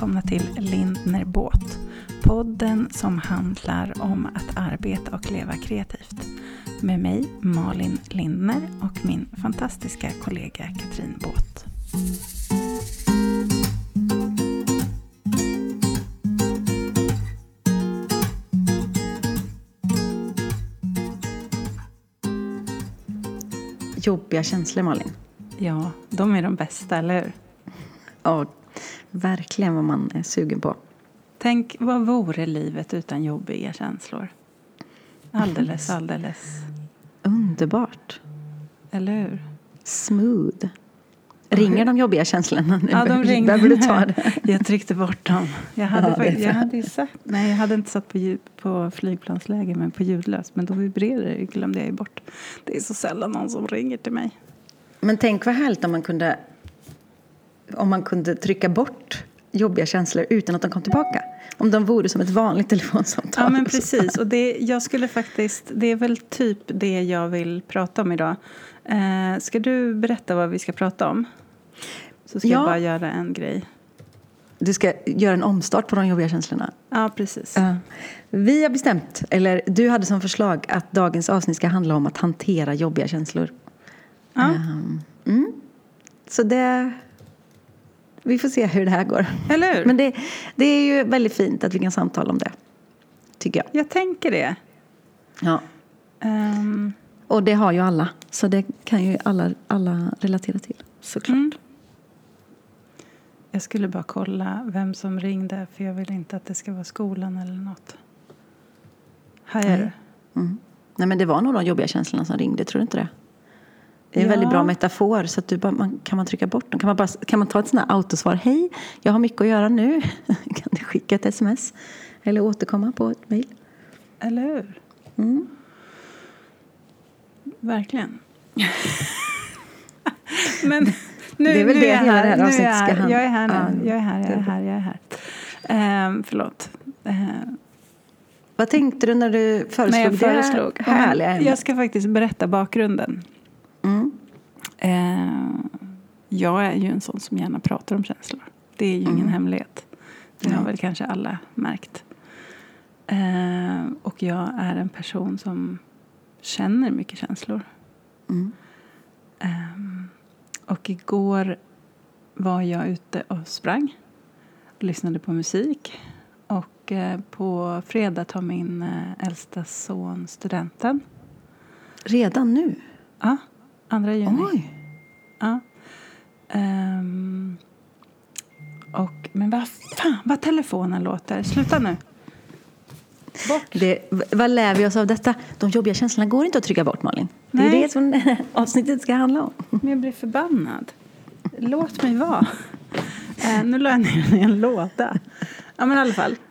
välkomna till Lindner Båt. Podden som handlar om att arbeta och leva kreativt. Med mig Malin Lindner och min fantastiska kollega Katrin Båt. Jobbiga känslor, Malin. Ja, de är de bästa, eller hur? Ja, verkligen vad man är sugen på. Tänk, vad vore livet utan jobbiga känslor? Alldeles. Underbart. Eller hur? Smooth. Ringer de jobbiga känslorna nu? Ja, de ringde. Behöver du ta det? Jag tryckte bort dem. Jag hade inte satt på flygplansläge, men på ljudlös. Men då vibrerade det, glömde jag bort. Det är så sällan någon som ringer till mig. Men tänk vad härligt om man kunde trycka bort jobbiga känslor utan att de kom tillbaka. Om de vore som ett vanligt telefonsamtal. Ja, men precis. Och det är väl typ det jag vill prata om idag. Ska du berätta vad vi ska prata om? Så ska jag bara göra en grej. Du ska göra en omstart på de jobbiga känslorna. Ja, precis. Vi har bestämt, eller du hade som förslag att dagens avsnitt ska handla om att hantera jobbiga känslor. Ja. Så vi får se hur det här går. Eller hur? Men det är ju väldigt fint att vi kan samtala om det, tycker jag. Jag tänker det. Ja. Och det har ju alla. Så det kan ju alla relatera till, såklart. Jag skulle bara kolla vem som ringde. För jag vill inte att det ska vara skolan eller något. Här är du. Nej, men det var nog de jobbiga känslorna som ringde, tror du inte det? Det är en väldigt bra metafor, så att kan man trycka bort dem. Kan man ta ett sånt här autosvar? Hej, jag har mycket att göra nu. Kan du skicka ett sms? Eller återkomma på ett mejl? Eller hur? Verkligen. Men nu är jag här. Förlåt. Vad tänkte du när du föreslog det härliga ämnet? Jag ska faktiskt berätta bakgrunden. Jag är ju en sån som gärna pratar om känslor. Det är ju ingen hemlighet. Det har väl kanske alla märkt. Och jag är en person som känner mycket känslor. Och igår var jag ute och sprang. Och lyssnade på musik. Och på fredag tar min äldsta son studenten. Redan nu? Ja, 2 juni. Oj! Ja. Men vad telefonen låter. Sluta nu. Bort. Vad lär vi oss av detta? De jobbiga känslorna går inte att trycka bort, Malin. Det är det som avsnittet ska handla om. Men jag blir förbannad. Låt mig vara. Nu la jag ner den i en låda. Ja, men i alla fall.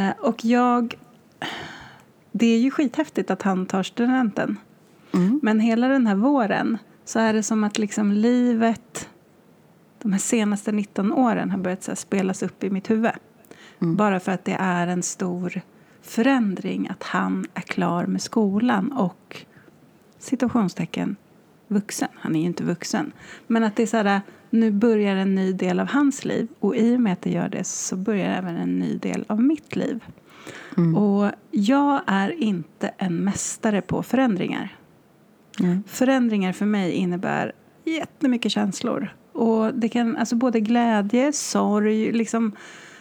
Det är ju skithäftigt att han tar studenten. Men hela den här våren så är det som att liksom livet de här senaste 19 åren har börjat så här spelas upp i mitt huvud. Bara för att det är en stor förändring att han är klar med skolan och situationstecken vuxen. Han är ju inte vuxen. Men att det är så här, nu börjar en ny del av hans liv. Och i och med att det gör det så börjar även en ny del av mitt liv. Och jag är inte en mästare på förändringar. Förändringar för mig innebär jättemycket känslor. Och det kan, alltså både glädje, sorg, liksom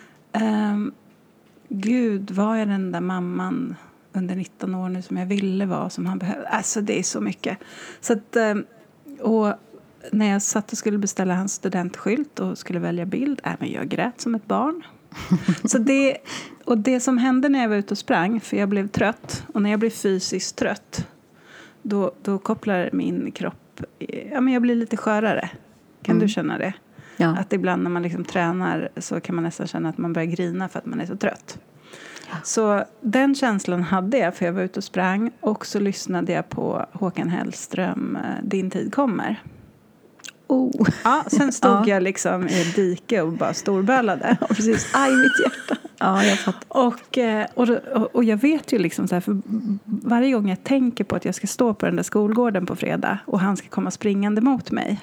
Gud, var jag den där mamman under 19 år nu som jag ville vara, som han behövde. Alltså det är så mycket. Så att, och när jag satt och skulle beställa hans studentskylt och skulle välja bild, men jag grät som ett barn. Så det som hände när jag var ute och sprang, för jag blev trött, och när jag blev fysiskt trött då kopplar min kropp, men jag blir lite skörare. Kan du känna det? Ja. Att ibland när man liksom tränar så kan man nästan känna att man börjar grina för att man är så trött. Ja. Så den känslan hade jag, för jag var ute och sprang. Och så lyssnade jag på Håkan Hellström, Din tid kommer. Ja, sen stod jag liksom i ett dike och bara storbölade. Ja, precis. Aj, mitt hjärta. Ja, jag fattar. Och jag vet ju liksom så här, för varje gång jag tänker på att jag ska stå på den där skolgården på fredag och han ska komma springande mot mig,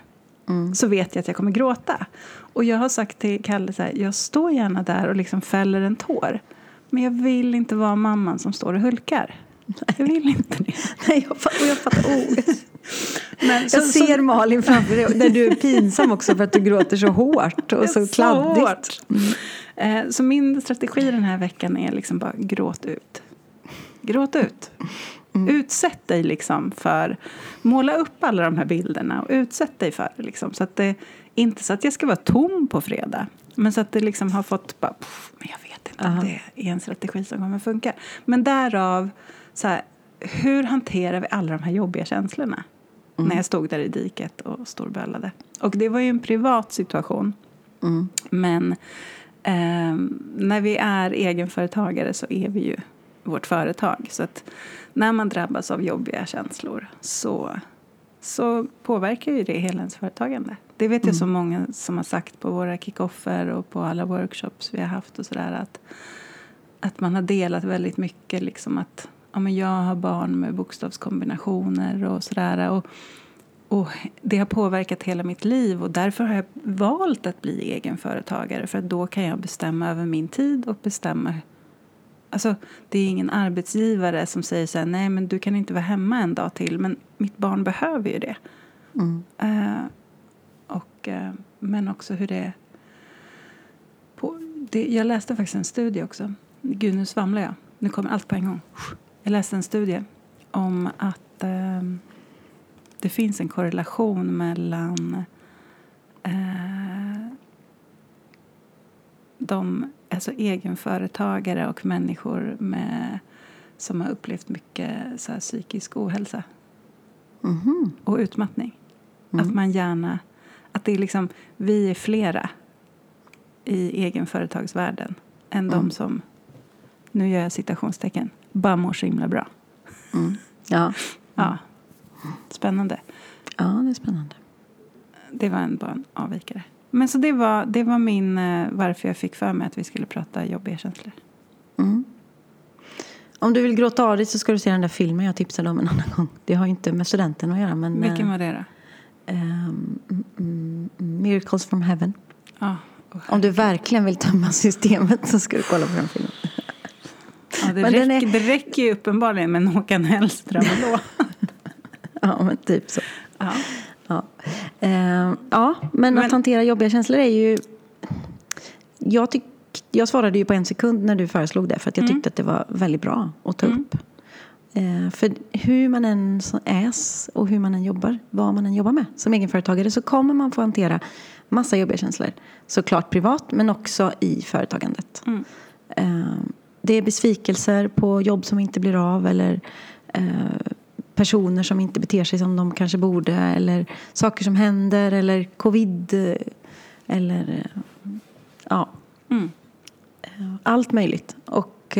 så vet jag att jag kommer gråta. Och jag har sagt till Kalle så här, jag står gärna där och liksom fäller en tår. Men jag vill inte vara mamman som står och hulkar. Jag vill inte det. Nej, jag fattar. Men jag ser Malin framför dig, där du är pinsam också för att du gråter så hårt och så kladdigt. Så min strategi den här veckan är liksom bara gråt ut. Gråt ut. Utsätt dig liksom för, måla upp alla de här bilderna och utsätt dig för det liksom. Så att det, inte så att jag ska vara tom på fredag, men så att det liksom har fått bara, men jag vet inte om det är en strategi som kommer funka. Men därav så här, hur hanterar vi alla de här jobbiga känslorna? När jag stod där i diket och storbölade. Och det var ju en privat situation. Men när vi är egenföretagare så är vi ju vårt företag. Så att när man drabbas av jobbiga känslor så påverkar ju det hela ens företagande. Det vet jag så många som har sagt på våra kickoffer och på alla workshops vi har haft och sådär, att man har delat väldigt mycket liksom att ja, men jag har barn med bokstavskombinationer och sådär, och det har påverkat hela mitt liv, och därför har jag valt att bli egenföretagare, för att då kan jag bestämma över min tid och bestämma. Alltså, det är ingen arbetsgivare som säger så här, nej men du kan inte vara hemma en dag till, men mitt barn behöver ju det. Men också hur det är jag läste faktiskt en studie också. Gud, nu svamlar jag. Nu kommer allt på en gång. Jag läste en studie om att det finns en korrelation mellan alltså egenföretagare och människor som har upplevt mycket så här, psykisk ohälsa och utmattning. Att man gärna, att det är liksom, vi är flera i egenföretagsvärlden än de som, nu gör jag citationstecken, bara mår så himla bra. Ja. Spännande. Ja, det är spännande. Det var bara en avvikare. Men så det var min, varför jag fick för mig att vi skulle prata jobbiga känslor. Om du vill gråta av dig så ska du se den där filmen jag tipsade om en annan gång. Det har ju inte med studenten att göra. Men, vilken var det då? Miracles from Heaven. Om du verkligen vill tömma systemet så ska du kolla på den filmen. Ja, det räcker ju uppenbarligen med Håkan Hellström då. Ja, men typ så. Men att hantera jobbiga känslor är ju... Jag svarade ju på 1 sekund när du föreslog det, för att jag tyckte att det var väldigt bra att ta upp. För hur man än är och hur man än jobbar, vad man än jobbar med som egenföretagare, så kommer man få hantera massa jobbiga känslor. Såklart privat, men också i företagandet. Det är besvikelser på jobb som inte blir av, eller personer som inte beter sig som de kanske borde, eller saker som händer, eller covid, eller allt möjligt. Och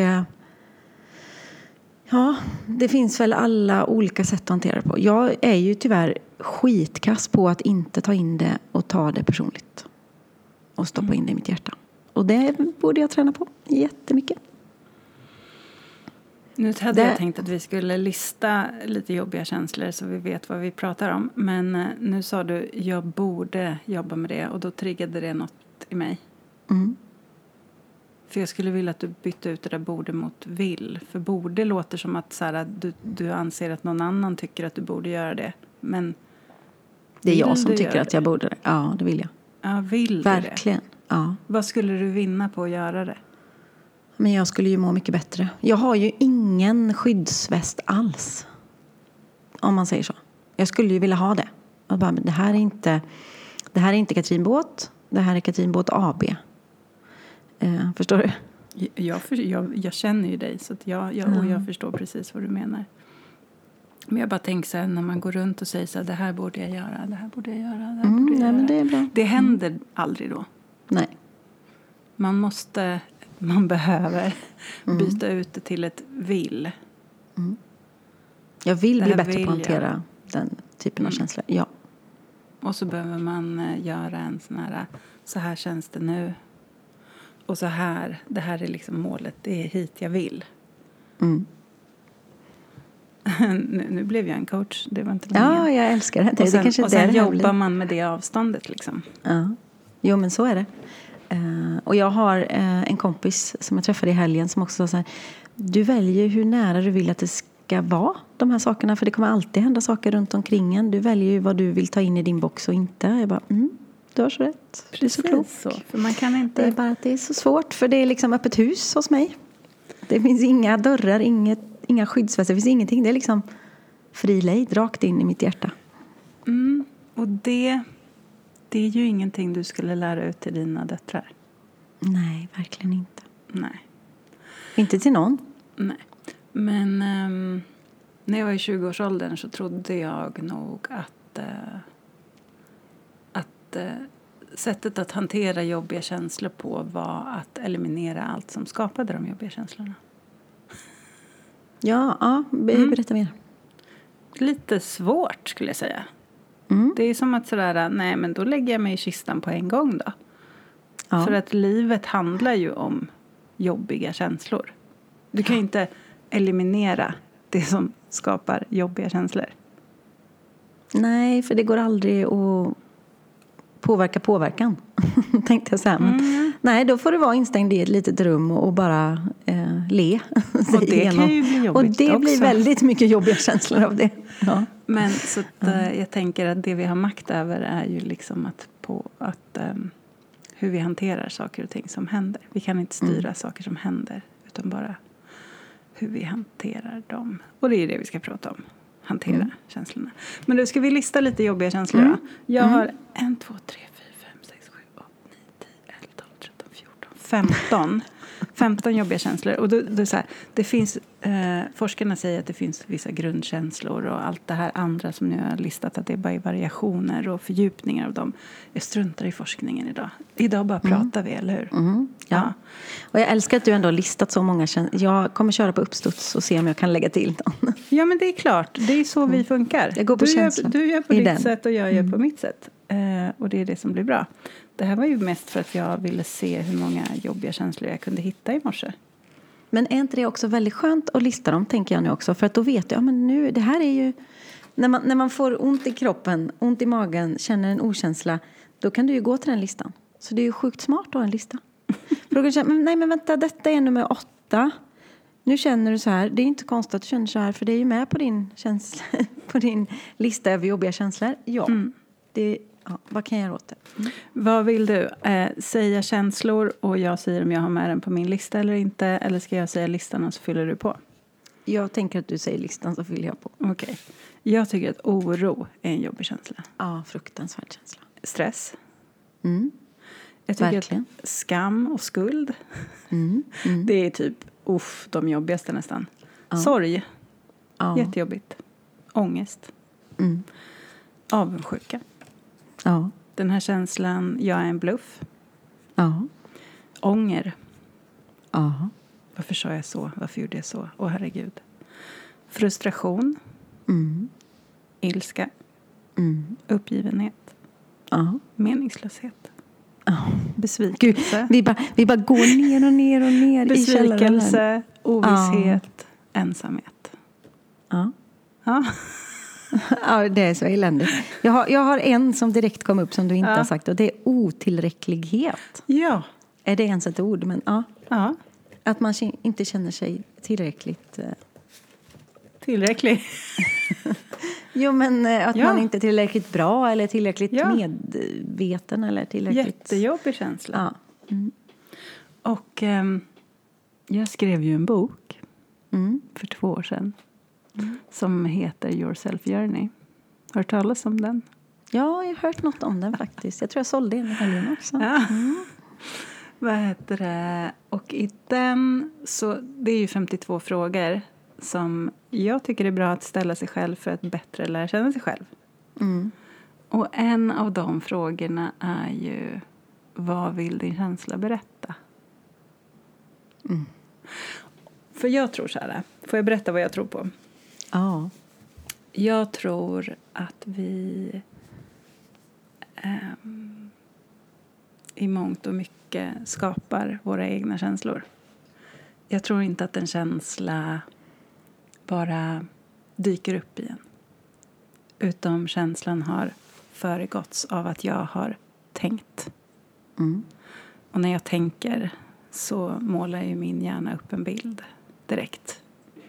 det finns väl alla olika sätt att hantera det på. Jag är ju tyvärr skitkass på att inte ta in det och ta det personligt och stoppa in det i mitt hjärta. Och det borde jag träna på jättemycket. Nu hade jag tänkt att vi skulle lista lite jobbiga känslor så vi vet vad vi pratar om. Men nu sa du, jag borde jobba med det, och då triggade det något i mig. För jag skulle vilja att du bytte ut det där borde mot vill. För borde låter som att så här, du anser att någon annan tycker att du borde göra det. Men det är jag som tycker att jag borde det. Ja, det vill jag. Ja, vill du verkligen. Det? Ja. Vad skulle du vinna på att göra det? Men jag skulle ju må mycket bättre. Jag har ju ingen skyddsväst alls. Om man säger så. Jag skulle ju vilja ha det. Och bara, det här är inte Katrin Båt. Det här är Katrin Båt AB. Förstår du? Jag känner ju dig. Så att jag förstår precis vad du menar. Men jag bara tänker så här, när man går runt och säger så här, det här borde jag göra, det här borde jag göra, det här borde jag göra. Men det är bra. Det händer aldrig då. Nej. Man behöver byta ut det till ett vill. Jag vill bli bättre på att hantera den typen av känslor. Ja. Och så behöver man göra en sån här, så här känns det nu. Och så här, det här är liksom målet, det är hit jag vill. nu blev jag en coach, det var inte meningen. Ja, jag älskar det. Och sen jobbar man med det avståndet liksom. Ja, jo men så är det. Och jag har en kompis som jag träffade i helgen som också sa så här: du väljer hur nära du vill att det ska vara de här sakerna, för det kommer alltid hända saker runt omkring en. Du väljer ju vad du vill ta in i din box och inte. Jag bara, du har så rätt. Det är så klokt. Så, för man kan inte... Det är bara att det är så svårt, för det är liksom öppet hus hos mig. Det finns inga dörrar, inga skyddsvästar, det finns ingenting. Det är liksom fri lejd rakt in i mitt hjärta. Och det är ju ingenting du skulle lära ut till dina döttrar. Nej, verkligen inte. Nej. Inte till någon. Nej. Men när jag var i 20-årsåldern så trodde jag nog att sättet att hantera jobbiga känslor på var att eliminera allt som skapade de jobbiga känslorna. Ja, berätta mer. Lite svårt skulle jag säga. Det är som att sådär, nej men då lägger jag mig i kistan på en gång då. Ja. För att livet handlar ju om jobbiga känslor. Du kan ju inte eliminera det som skapar jobbiga känslor. Nej, för det går aldrig att påverkan, tänkte jag säga. Men, nej, då får du vara instängd i ett litet rum och bara le. Och det kan ju bli jobbigt. Och det också. Blir väldigt mycket jobbiga känslor av det. Ja. Men så att, jag tänker att det vi har makt över är ju liksom att hur vi hanterar saker och ting som händer. Vi kan inte styra saker som händer, utan bara hur vi hanterar dem. Och det är det vi ska prata om. Hantera känslorna. Men då ska vi lista lite jobbiga känslor då. Jag har 1, 2, 3, 4, 5, 6, 7, 8, 9, 10, 11, 12, 13, 14, 15 jobbiga känslor. Och då är så här, det finns, forskarna säger att det finns vissa grundkänslor och allt det här andra som nu har listat, att det är bara variationer och fördjupningar av dem. Jag struntar i forskningen idag. Idag bara pratar vi, eller hur? Ja. Och jag älskar att du ändå har listat så många känslor. Jag kommer köra på uppstuds och se om jag kan lägga till dem. Ja, men det är klart. Det är så vi funkar. Jag går på känslan. Du gör på ditt sätt och jag gör på mitt sätt. Och det är det som blir bra. Det här var ju mest för att jag ville se hur många jobbiga känslor jag kunde hitta i morse. Men är inte det också väldigt skönt att lista dem, tänker jag nu också. För att då vet jag, men nu, det här är ju... När man får ont i kroppen, ont i magen, känner en okänsla, då kan du ju gå till den listan. Så det är ju sjukt smart att ha en lista. För då kan du känna, nej men vänta, detta är nummer 8. Nu känner du så här. Det är inte konstigt att du känner så här, för det är ju med på din känsla, på din lista över jobbiga känslor. Ja, vad kan jag göra åt det? Vad vill du? Säga känslor och jag säger om jag har med den på min lista eller inte. Eller ska jag säga listan och så fyller du på? Jag tänker att du säger listan så fyller jag på. Okej. Jag tycker att oro är en jobbig känsla. Ja, fruktansvärd känsla. Stress. Jag tycker verkligen. Att skam och skuld. Det är typ de jobbigaste nästan. Sorg. Jättejobbigt. Ångest. Avundsjuka. Ja. Den här känslan, jag är en bluff. Ja. Ånger. Ja. Varför sa jag så? Varför gjorde jag så? Åh, herregud. Frustration. Ilska. Uppgivenhet. Ja. Meningslöshet. Ja. Besvikelse. Gud, vi bara går ner och ner och ner. Besvikelse. Ovisshet. Ensamhet. Ja. Ja. Ja, det är så eländigt. Jag har en som direkt kom upp som du inte har sagt. Och det är otillräcklighet. Ja. Är det ens ett ord? Men ja. Att man inte känner sig tillräckligt... Tillräcklig? Jo, men att man inte är tillräckligt bra eller tillräckligt medveten eller tillräckligt... Jättejobbig känsla. Ja. Och jag skrev ju en bok för 2 år sedan som heter Your Self Journey. Har du talat om den? Ja, jag har hört något om den faktiskt. Jag tror jag sålde den i helgen också. Ja. Vad heter det? Och i den, så det är ju 52 frågor som jag tycker är bra att ställa sig själv för att bättre lära känna sig själv. Och en av de frågorna är ju, vad vill din känsla berätta? För jag tror så här, får jag berätta vad jag tror på? Ja. Jag tror att vi i mångt och mycket skapar våra egna känslor. Jag tror inte att en känsla bara dyker upp igen. Utom känslan har föregåtts av att jag har tänkt. Och när jag tänker så målar ju min hjärna upp en bild direkt.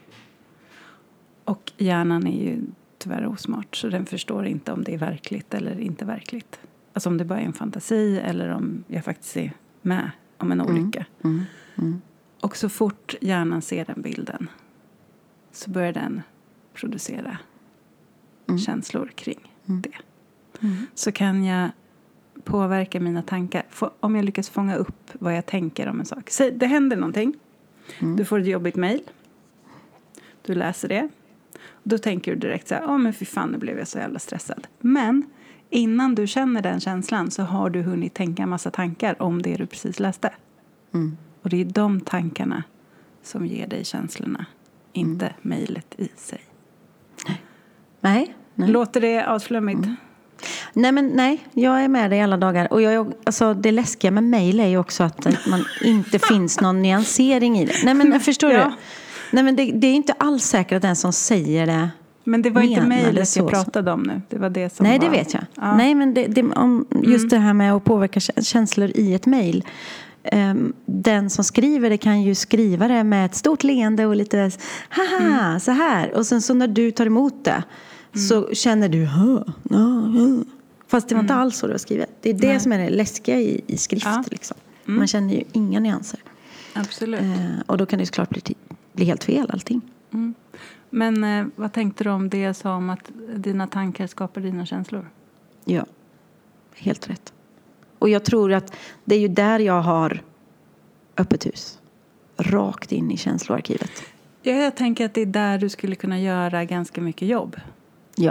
Och hjärnan är ju tyvärr osmart, så den förstår inte om det är verkligt eller inte verkligt. Alltså om det bara är en fantasi eller om jag faktiskt är med om en olycka. Och så fort hjärnan ser den bilden så börjar den producera känslor kring det. Så kan jag påverka mina tankar. Om jag lyckas fånga upp vad jag tänker om en sak. Säg, det händer någonting. Du får ett jobbigt mejl. Du läser det. Då tänker du direkt så här, men fy fan, nu blev jag så jävla stressad. Men innan du känner den känslan så har du hunnit tänka en massa tankar om det du precis läste. Och det är de tankarna som ger dig känslorna. Inte mejlet i sig. Nej. Låter det avflummigt? Nej, jag är med dig alla dagar. Och alltså, det läskiga med mejl är ju också att man inte finns någon nyansering i det. Nej, men förstår du? Nej, men det är inte alls säkert att den som säger det. Men det var inte mejlet jag pratade om nu. Det var det som Nej, det vet jag. Ja. Nej, men just det här med att påverka känslor i ett mejl. Den som skriver det kan ju skriva det med ett stort leende och lite haha, så här. Och sen så när du tar emot det så känner du fast det var inte alls så du har skrivit. Det är det som är det läskiga i skrift. Liksom. Man känner ju inga nyanser. Absolut. Och då kan det såklart bli helt fel allting. Men vad tänkte du om det jag sa om att dina tankar skapar dina känslor? Ja, helt rätt. Och jag tror att det är ju där jag har öppet hus. Rakt in i känsloarkivet. Ja, jag tänker att det är där du skulle kunna göra ganska mycket jobb. Ja.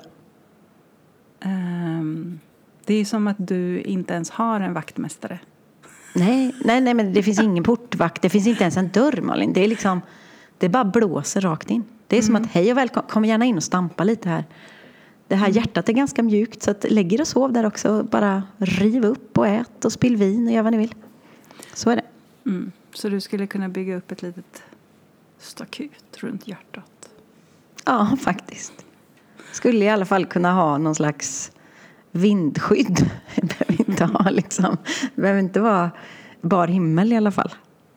Det är som att du inte ens har en vaktmästare. Nej, men det finns ingen portvakt. Det finns inte ens en dörr, Malin. Det är liksom, det bara blåser rakt in. Det är som att hej och välkommen, kom gärna in och stampa lite här. Det här hjärtat är ganska mjukt, så att lägg er och sov där också. Bara riv upp och ät och spill vin och gör vad ni vill. Så är det. Så du skulle kunna bygga upp ett litet staket runt hjärtat? Ja, faktiskt. Skulle i alla fall kunna ha någon slags vindskydd. Det behöver inte ha liksom. Det behöver inte vara bar himmel i alla fall.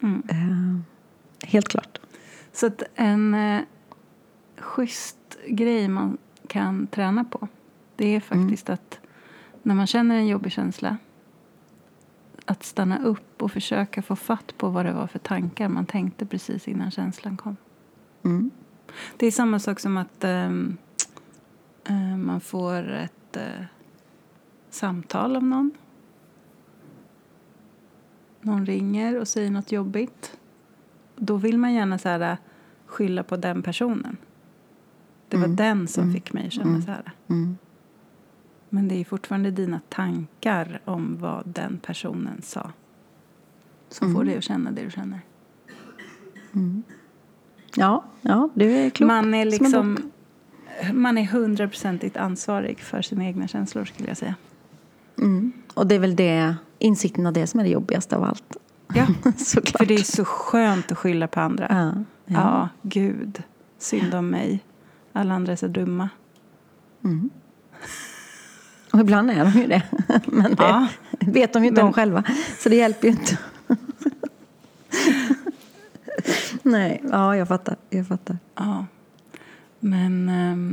Helt klart. Så att en schysst grej man kan träna på, det är faktiskt att när man känner en jobbig känsla, att stanna upp och försöka få fatt på vad det var för tankar man tänkte precis innan känslan kom. Det är samma sak som att man får ett samtal av någon. Någon ringer och säger något jobbigt. Då vill man gärna så här skylla på den personen. Det var den som fick mig att känna så här. Men det är fortfarande dina tankar om vad den personen sa som får dig att känna det du känner. Ja, du är klok. Man är liksom, man är 100% ansvarig för sina egna känslor, skulle jag säga. Och det är väl det, insikten av det som är det jobbigaste av allt. Ja, för det är så skönt att skylla på andra. Ja, gud, synd om mig. Alla andra är så dumma. Och ibland är de ju det. Men det vet de ju inte om själva. Så det hjälper ju inte. Nej, jag fattar. Ja, men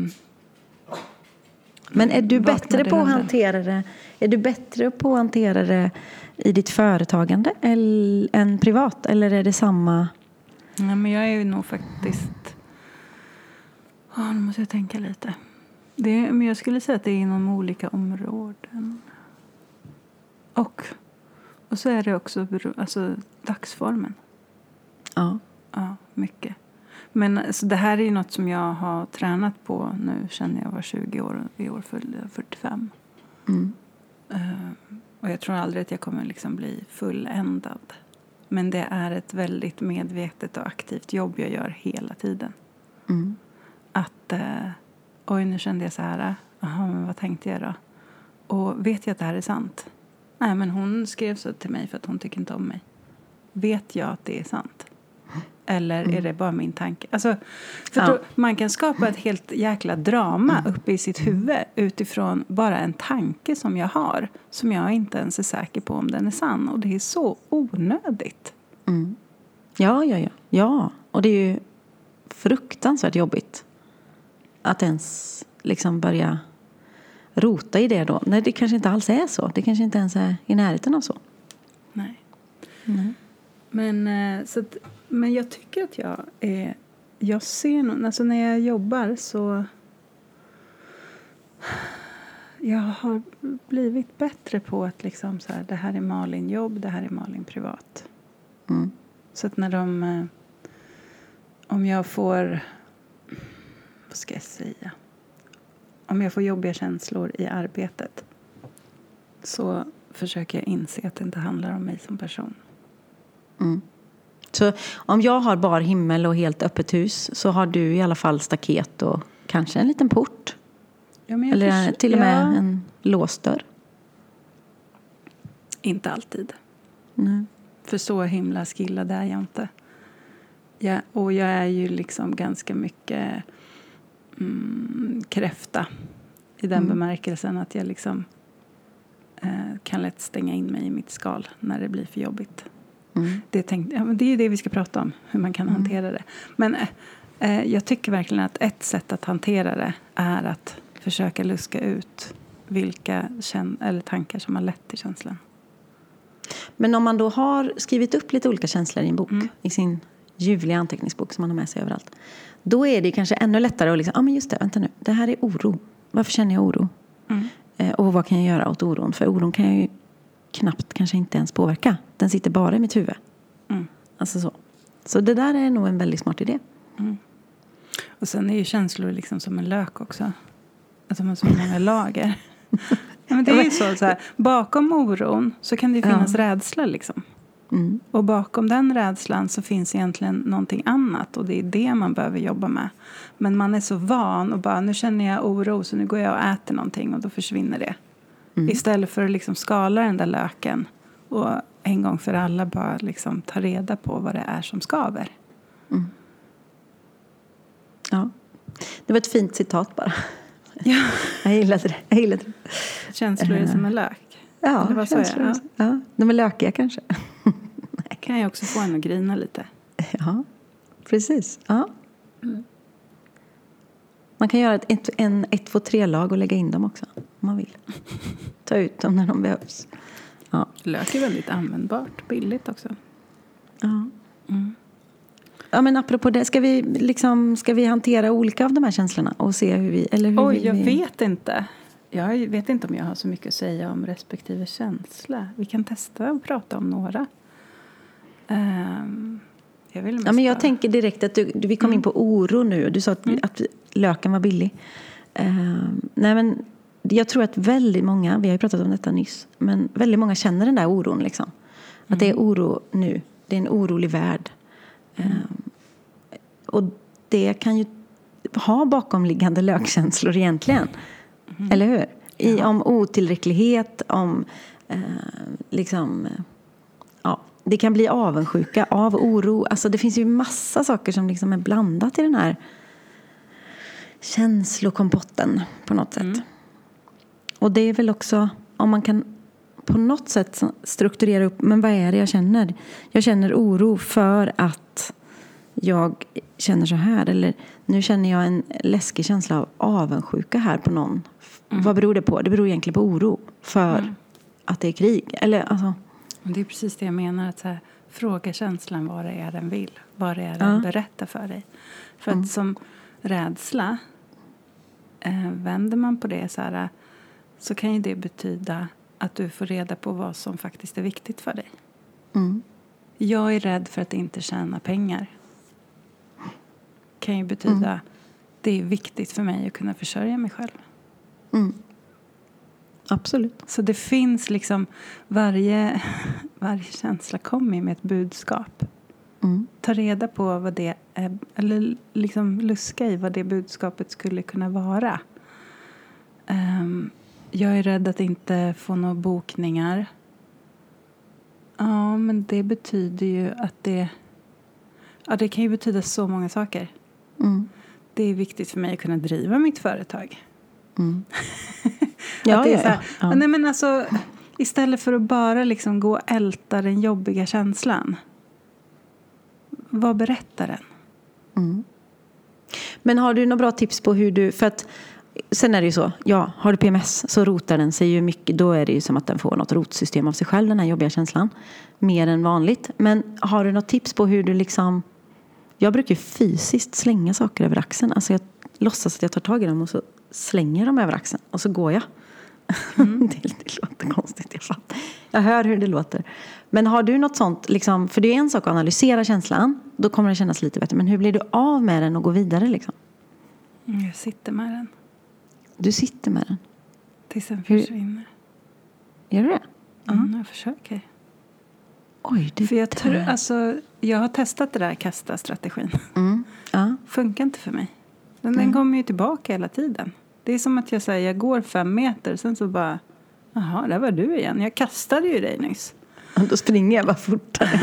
är du bättre på att hantera det? Är du bättre på att hantera det i ditt företagande än privat? Eller är det samma? Nej, men jag är ju nog faktiskt... nu måste jag tänka lite. Men jag skulle säga att det är inom olika områden. Och så är det också dagsformen. Ja. Ja, mycket. Men alltså, det här är ju något som jag har tränat på nu. Känner jag var 20 år och i år fyllde jag 45. Och jag tror aldrig att jag kommer liksom bli fulländad. Men det är ett väldigt medvetet och aktivt jobb jag gör hela tiden. Att, nu kände jag så här. Men vad tänkte jag då? Och vet jag att det här är sant? Nej, men hon skrev så till mig för att hon tycker inte om mig. Vet jag att det är sant? Eller är det bara min tanke? Alltså, för då, man kan skapa ett helt jäkla drama uppe i sitt huvud utifrån bara en tanke som jag har. Som jag inte ens är säker på om den är sann. Och det är så onödigt. Mm. Ja, och det är ju fruktansvärt jobbigt att ens liksom börja rota i det då. Nej, det kanske inte alls är så. Det kanske inte ens är i närheten av så. Nej. Men jag tycker att jag ser nog, alltså när jag jobbar så jag har blivit bättre på att liksom så här, det här är Malin jobb, det här är Malin privat. Så att när om jag får, vad ska jag säga, om jag får jobbiga känslor i arbetet så försöker jag inse att det inte handlar om mig som person. Så om jag har bar himmel och helt öppet hus så har du i alla fall staket och kanske en liten port. Ja, men eller till och med en låst dörr. Inte alltid. Nej. För så himla skillad är jag inte. Och jag är ju liksom ganska mycket kräfta. I den bemärkelsen att jag liksom kan lätt stänga in mig i mitt skal när det blir för jobbigt. Det är ju det vi ska prata om. Hur man kan hantera det. Men jag tycker verkligen att ett sätt att hantera det är att försöka luska ut vilka eller tankar som har lett till känslan. Men om man då har skrivit upp lite olika känslor i en bok, i sin ljuvliga anteckningsbok som man har med sig överallt, då är det kanske ännu lättare att liksom, men just det, vänta nu, det här är oro. Varför känner jag oro? Och vad kan jag göra åt oron? För oron kan jag ju knappt kanske inte ens påverka. Den sitter bara i mitt huvud. Alltså så det där är nog en väldigt smart idé. Och sen är ju känslor liksom som en lök också. Att de har så många lager. Men det är ju så här, bakom oron så kan det finnas rädsla liksom. Och bakom den rädslan så finns egentligen någonting annat. Och det är det man behöver jobba med. Men man är så van och bara, nu känner jag oro så nu går jag och äter någonting och då försvinner det. Istället för att liksom skala den där löken och en gång för alla bara liksom ta reda på vad det är som skaver. Ja, det var ett fint citat bara. Ja. Jag gillade det. Känslor är som en lök. Ja, vad känslor. Ja, de är lökiga kanske. Kan jag också få en att grina lite. Ja, precis. Ja. Man kan göra ett 1-2-3-lag och lägga in dem också. Om man vill. Ta ut dem när de behövs. Ja. Lök är väldigt användbart. Billigt också. Ja. Ja, men apropå det, ska vi hantera olika av de här känslorna och se hur vi... Eller hur jag vet inte. Jag vet inte om jag har så mycket att säga om respektive känsla. Vi kan testa och prata om några. Jag tänker direkt att vi kom in på oro nu. Du sa att löken var billig. Nej, men jag tror att väldigt många, vi har ju pratat om detta nyss, men väldigt många känner den där oron liksom. Att det är oro nu. Det är en orolig värld. Och det kan ju ha bakomliggande lökkänslor egentligen. Eller hur? Om otillräcklighet, om det kan bli avundsjuka av oro. Alltså det finns ju massa saker som liksom är blandat i den här känslokompotten på något sätt. Och det är väl också, om man kan på något sätt strukturera upp, men vad är det jag känner? Jag känner oro för att jag känner så här. Eller nu känner jag en läskig känsla av avundsjuka här på någon. Vad beror det på? Det beror egentligen på oro för att det är krig. Eller, alltså. Det är precis det jag menar. Att så här, fråga känslan vad det är den vill. Vad det är den berättar för dig. För att som rädsla, vänder man på det så kan ju det betyda att du får reda på vad som faktiskt är viktigt för dig. Jag är rädd för att inte tjäna pengar. Kan ju betyda det är viktigt för mig att kunna försörja mig själv. Absolut. Så det finns liksom varje känsla kommer med ett budskap. Ta reda på vad det är, eller liksom luska i vad det budskapet skulle kunna vara. Jag är rädd att inte få några bokningar. Ja, men det betyder ju att Ja, det kan ju betyda så många saker. Det är viktigt för mig att kunna driva mitt företag. Ja, att det är så här, ja. Nej, men alltså, istället för att bara liksom gå och älta den jobbiga känslan. Vad berättar den? Men har du några bra tips på hur du... För att sen är det ju så, ja, har du PMS så rotar den sig ju mycket. Då är det ju som att den får något rotsystem av sig själv, den här jobbiga känslan. Mer än vanligt. Men har du något tips på hur du liksom... Jag brukar ju fysiskt slänga saker över axeln. Alltså jag låtsas att jag tar tag i dem och så slänger jag dem över axeln. Och så går jag. Det låter konstigt, jag hör hur det låter. Men har du något sånt, liksom, för det är en sak att analysera känslan. Då kommer det kännas lite bättre. Men hur blir du av med den och går vidare liksom? Jag sitter med den. Du sitter med den? Tills den försvinner. Gör du det? Jag försöker. Oj, det för jag har testat det där kasta-strategin. Funkar inte för mig. Den kommer ju tillbaka hela tiden. Det är som att jag säger, jag går 5 meter. Sen så bara, jaha, där var du igen. Jag kastade ju dig nyss. Då springer jag bara fortare.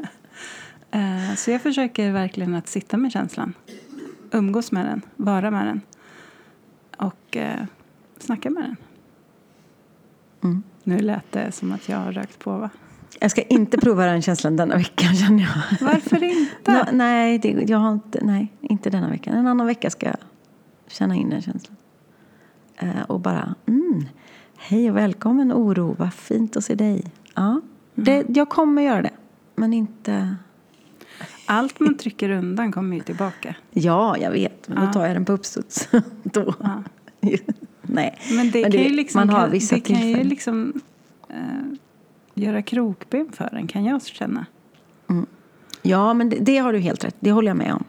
Så jag försöker verkligen att sitta med känslan. Umgås med den, vara med den. Och snacka med den. Nu lät det som att jag har rökt på, va? Jag ska inte prova den känslan denna veckan, känner jag. Varför inte? Jag har inte, inte denna veckan. En annan vecka ska jag känna in den känslan. Och bara, hej och välkommen oro, vad fint att se dig. Ja, jag kommer göra det, men inte... Allt man trycker undan kommer ju tillbaka. Ja, jag vet, men då tar jag den på uppstuds. Då. Ja. Nej. Men det kan ju liksom, man har vissa det kan ju liksom göra krokben för den, kan jag känna. Ja, men det har du helt rätt. Det håller jag med om.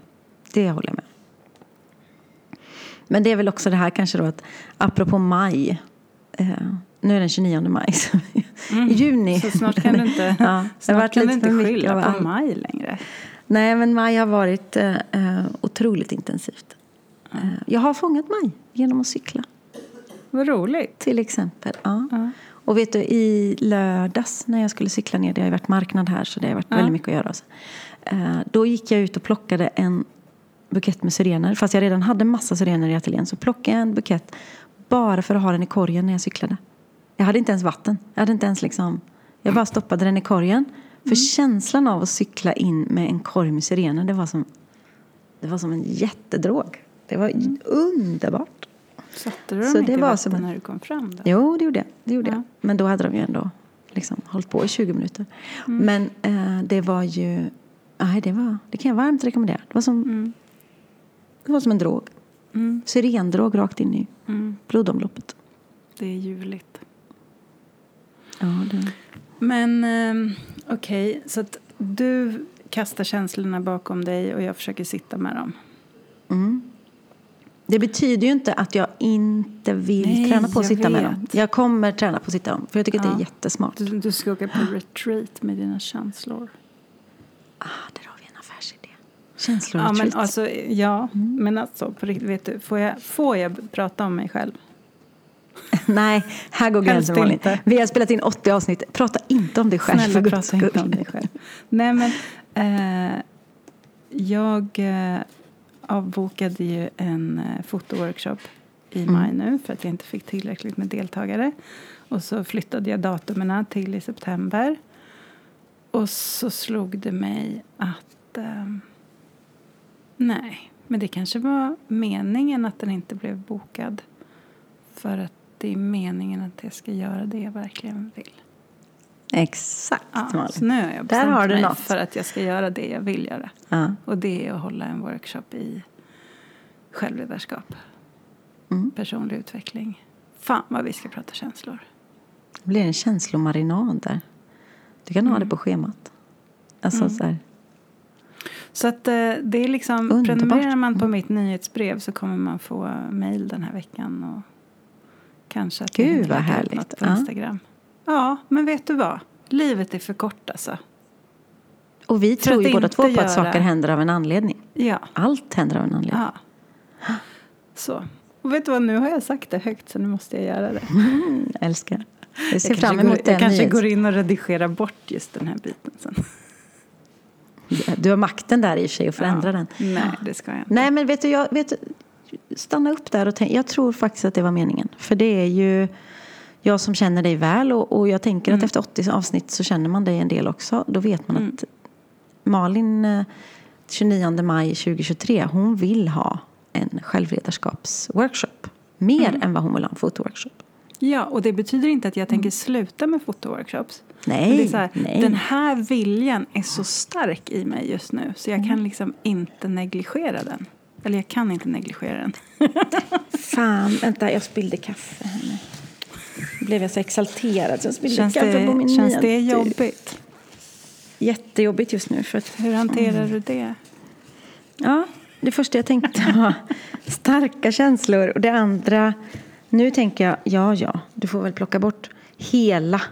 Men det är väl också det här kanske då att apropå maj, nu är den 29 maj, i juni. Så snart kan du inte, snart kan du inte skylla på maj längre. Nej, men maj har varit otroligt intensivt. Jag har fångat maj genom att cykla. Vad roligt. Till exempel, ja. Och vet du, i lördags när jag skulle cykla ner, det har ju varit marknad här så det har varit väldigt mycket att göra. Då gick jag ut och plockade en bukett med syrener. Fast jag redan hade massa syrener i ateljén, så plockade jag en bukett bara för att ha den i korgen när jag cyklade. Jag hade inte ens vatten. Jag bara stoppade den i korgen. För känslan av att cykla in med en korg med syrener, det var som en jättedrog. Det var underbart. Satte du dem inte i vatten när du kom fram då? Jo, det gjorde jag. Men då hade de ju ändå liksom hållit på i 20 minuter. Men det var ju... det kan jag varmt rekommendera. Det var som en drog. Syrendrog rakt in i blodomloppet. Det är ljuvligt. Ja, det... Men okej, så att du kastar känslorna bakom dig och jag försöker sitta med dem. Det betyder ju inte att jag inte vill träna på att sitta med dem. Jag kommer träna på att sitta med dem. För jag tycker att det är jättesmart. Du ska åka på retreat med dina känslor. Där har vi en affärsidé. Känslor-retreat. Men alltså, på riktigt, vet du, får jag prata om mig själv? Nej, här går gränsen, Malin. Vi har spelat in 80 avsnitt. Prata inte om dig själv. Snälla, prata inte om dig själv. Nej, men jag avbokade ju en fotoworkshop i maj nu för att jag inte fick tillräckligt med deltagare. Och så flyttade jag datumerna till i september. Och så slog det mig att nej, men det kanske var meningen att den inte blev bokad. För att det är meningen att jag ska göra det jag verkligen vill. Exakt, Malin. Så nu har jag bestämt mig för att jag ska göra det jag vill göra. Och det är att hålla en workshop i självledarskap. Personlig utveckling. Fan vad vi ska prata känslor. Det blir en känslomarinad där. Du kan ha det på schemat. Alltså så här. Så att det är liksom, prenumererar man på mitt nyhetsbrev så kommer man få mejl den här veckan. Och kanske att Gud vad härligt. På Instagram. Ja, men vet du vad? Livet är för kort alltså. Och vi tror ju båda två på att saker händer av en anledning. Ja. Allt händer av en anledning. Ja. Så. Och vet du vad, nu har jag sagt det högt så nu måste jag göra det. Älskar. Jag ser fram emot jag kanske går in och redigerar bort just den här biten sen. Du har makten där i sig att förändra den. Nej, det ska jag inte. Nej, men vet du, stanna upp där och tänk. Jag tror faktiskt att det var meningen. För det är ju jag som känner dig väl. Och jag tänker att efter 80 avsnitt så känner man dig en del också. Då vet man att Malin 29 maj 2023, hon vill ha en självledarskapsworkshop. Mer än vad hon vill ha en fotoworkshop. Ja, och det betyder inte att jag tänker sluta med fotoworkshops. Nej, det är så här, nej. Den här viljan är så stark i mig just nu. Så jag kan liksom inte negligera den. Eller jag kan inte negligera den. Fan, vänta, jag spillde kaffe här nu. Blev jag så exalterad så jag spillde kaffe på min Känns det jobbigt? Jättejobbigt just nu. För att, hur hanterar du det? Ja, det första jag tänkte var starka känslor. Och det andra, nu tänker jag, ja, du får väl plocka bort hela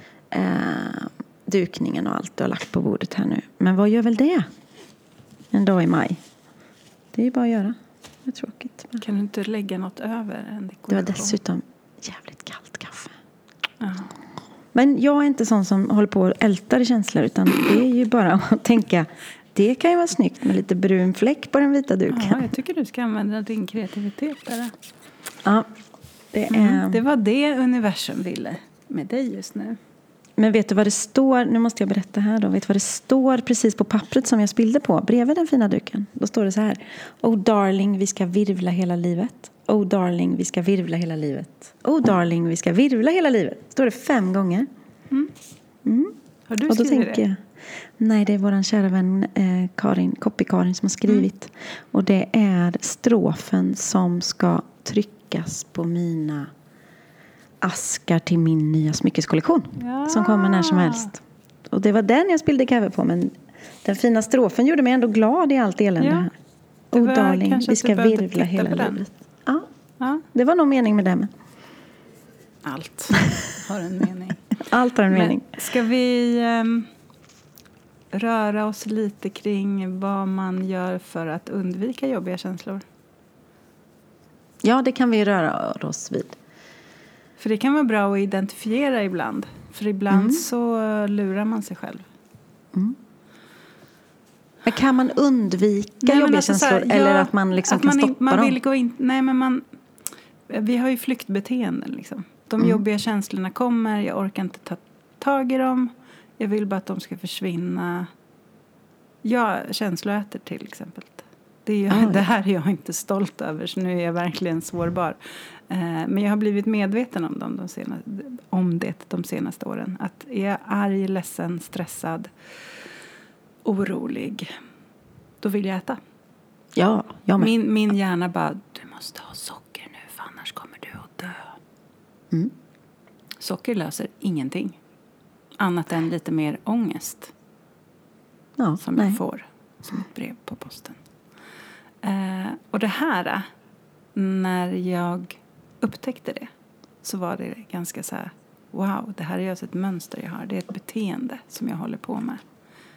dukningen och allt du har lagt på bordet här nu. Men vad gör väl det? En dag i maj. Det är ju bara att göra. Det är tråkigt. Kan du inte lägga något över en dekoration? Det var dessutom jävligt kallt kaffe. Ja. Men jag är inte sån som håller på och ältar känslor. Utan det är ju bara att tänka, det kan ju vara snyggt med lite brun fläck på den vita duken. Ja, jag tycker du ska använda din kreativitet där. Ja, det var det universum ville med dig just nu. Men vet du vad det står? Nu måste jag berätta här då. Vet du vad det står precis på pappret som jag spillde på? Bredvid den fina duken. Då står det så här. Oh darling, vi ska virvla hela livet. Oh darling, vi ska virvla hela livet. Oh darling, vi ska virvla hela livet. Står det 5 gånger. Har du och då skrivit tänker jag, nej, det är våran kära vän Karin som har skrivit. Och det är strofen som ska tryckas på mina askar till min nya smyckeskollektion. Ja. Som kommer när som helst. Och det var den jag spillde kaffe på. Men den fina strofen gjorde mig ändå glad i allt elände här. Oh darling, vi ska virvla hela livet. Ja, det var nog mening med det. Men. Allt har en mening. Allt har en mening. Ska vi röra oss lite kring vad man gör för att undvika jobbiga känslor? Ja, det kan vi röra oss vid. För det kan vara bra att identifiera ibland. För ibland så lurar man sig själv. Men kan man undvika jobbiga känslor? Här, eller att man liksom kan stoppa man dem? Vill gå in, nej, men vi har ju flyktbeteenden. Liksom. De jobbiga känslorna kommer. Jag orkar inte ta tag i dem. Jag vill bara att de ska försvinna. Jag känsloäter till exempel. Det här är jag inte stolt över. Så nu är jag verkligen sårbar. Men jag har blivit medveten om det de senaste åren. Att är jag arg, ledsen, stressad, orolig, då vill jag äta. Ja, jag med. Min hjärna bara, du måste ha socker nu för annars kommer du att dö. Socker löser ingenting. Annat än lite mer ångest. Ja, som jag får som ett brev på posten. Och det här, när jag upptäckte det, så var det ganska så här, wow, det här är alltså ett mönster jag har. Det är ett beteende som jag håller på med.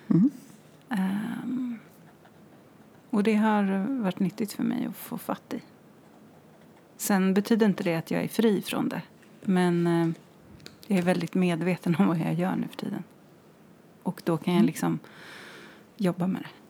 Och det har varit nyttigt för mig att få fatt i. Sen betyder inte det att jag är fri från det. Men jag är väldigt medveten om vad jag gör nu för tiden. Och då kan jag liksom jobba med det.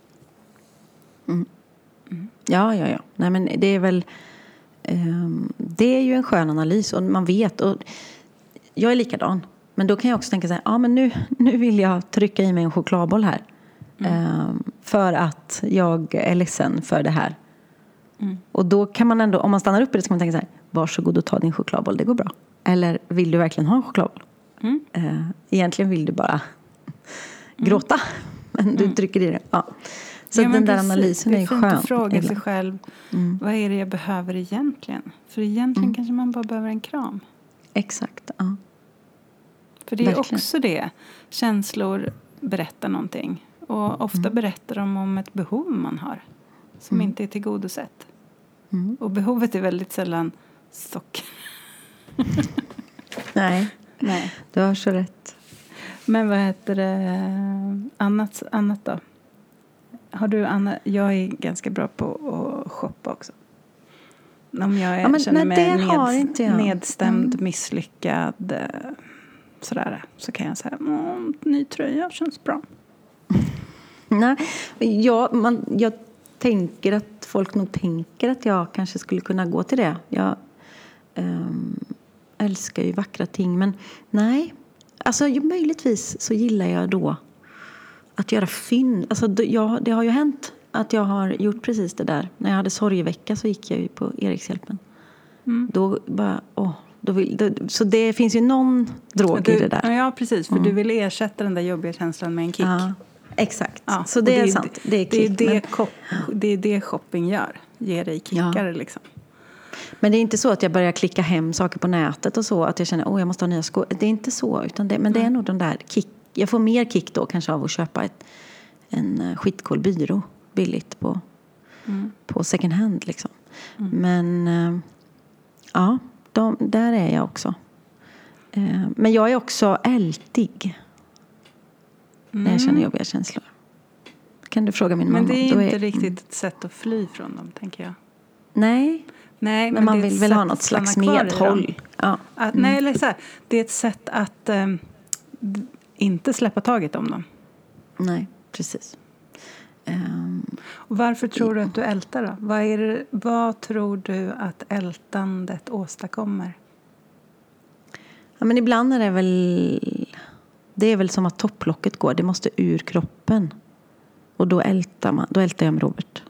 Ja. Nej, men det är väl det är ju en skön analys och man vet, och jag är likadan, men då kan jag också tänka så här, ja men nu vill jag trycka i mig en chokladboll här för att jag är ledsen för det här. Och då kan man ändå, om man stannar upp i det, så kan man tänka så här, varsågod och ta din chokladboll, det går bra. Eller vill du verkligen ha en chokladboll? Egentligen vill du bara gråta, men du trycker i det. Ja. Så den där analysen är ju skön. Det är fint att fråga sig själv, vad är det jag behöver egentligen? För egentligen kanske man bara behöver en kram. Exakt, ja. För det är verkligen också det. Känslor berättar någonting. Och ofta berättar de om ett behov man har. Som inte är tillgodosett. Och behovet är väldigt sällan socker. Nej, du har så rätt. Men vad heter det? Annat då? Har du jag är ganska bra på att shoppa också. Om jag känner mig nedstämd, misslyckad, sådär, så kan jag säga, ny tröja känns bra. Nej, jag tänker att folk nog tänker att jag kanske skulle kunna gå till det. Jag älskar ju vackra ting, men nej. Alltså möjligtvis så gillar jag då att göra fynd. Alltså det har ju hänt att jag har gjort precis det där. När jag hade sorgevecka så gick jag ju på Erikshjälpen. Då bara, så det finns ju någon drog i det där. Ja, precis. För du vill ersätta den där jobbiga känslan med en kick. Ja, exakt. Ja, så det är sant. Det är kick. Det är det shopping gör. Ger dig kickar liksom. Men det är inte så att jag börjar klicka hem saker på nätet och så. Att jag känner, jag måste ha nya skor. Det är inte så. Men det är nog den där kick. Jag får mer kick då kanske av att köpa en skitcool byrå billigt på second hand liksom. Men ja, där är jag också. Men jag är också ältig när jag känner jobbiga känslor. Kan du fråga min mamma? Men det är inte riktigt ett sätt att fly från dem, tänker jag. Nej, men man vill väl ha något slags medhåll. Ja. Nej, eller så här, det är ett sätt att inte släppa taget om dem. Nej, precis. Och varför tror du att du ältar då? Vad tror du att ältandet åstadkommer? Ja, men ibland är det är väl som att topplocket går. Det måste ur kroppen. Och då ältar jag med Robert.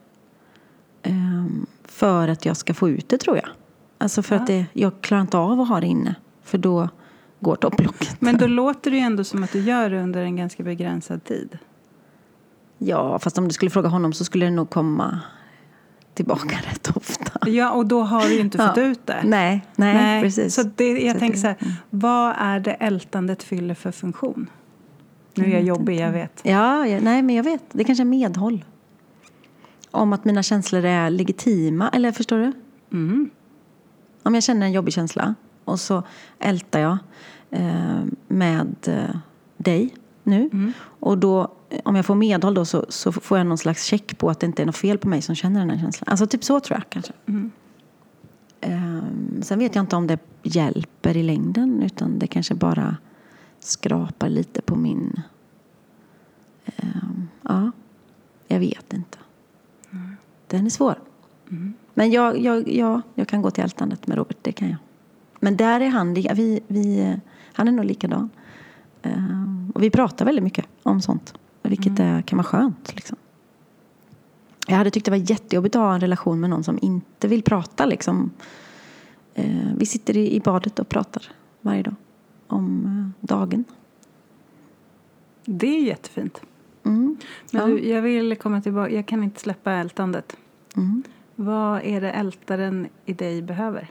För att jag ska få ut det, tror jag. Alltså för att jag klarar inte av att ha det inne. För då går topplocket. Men då låter det ju ändå som att du gör det under en ganska begränsad tid. Ja, fast om du skulle fråga honom så skulle det nog komma tillbaka rätt ofta. Ja, och då har du ju inte fått ut det. Nej, precis. Så jag tänker så här, vad är det ältandet fyller för funktion? Nu är jag jobbig, jag vet. Ja, nej, men jag vet. Det kanske är medhåll. Om att mina känslor är legitima, eller förstår du? Om jag känner en jobbig känsla och så ältar jag med dig nu. Och då, om jag får medhåll då så får jag någon slags check på att det inte är något fel på mig som känner den här känslan. Alltså typ så tror jag kanske. Sen vet jag inte om det hjälper i längden, utan det kanske bara skrapar lite på min... jag vet inte. Den är svår. Men jag kan gå till ältandet med Robert, det kan jag. Men där är han är nog likadan. Och vi pratar väldigt mycket om sånt. Vilket kan vara skönt liksom. Jag hade tyckt det var jättejobbigt att ha en relation med någon som inte vill prata liksom. Vi sitter i badet och pratar varje dag om dagen. Det är jättefint. Men jag vill komma tillbaka. Jag kan inte släppa ältandet. Vad är det ältaren i dig behöver?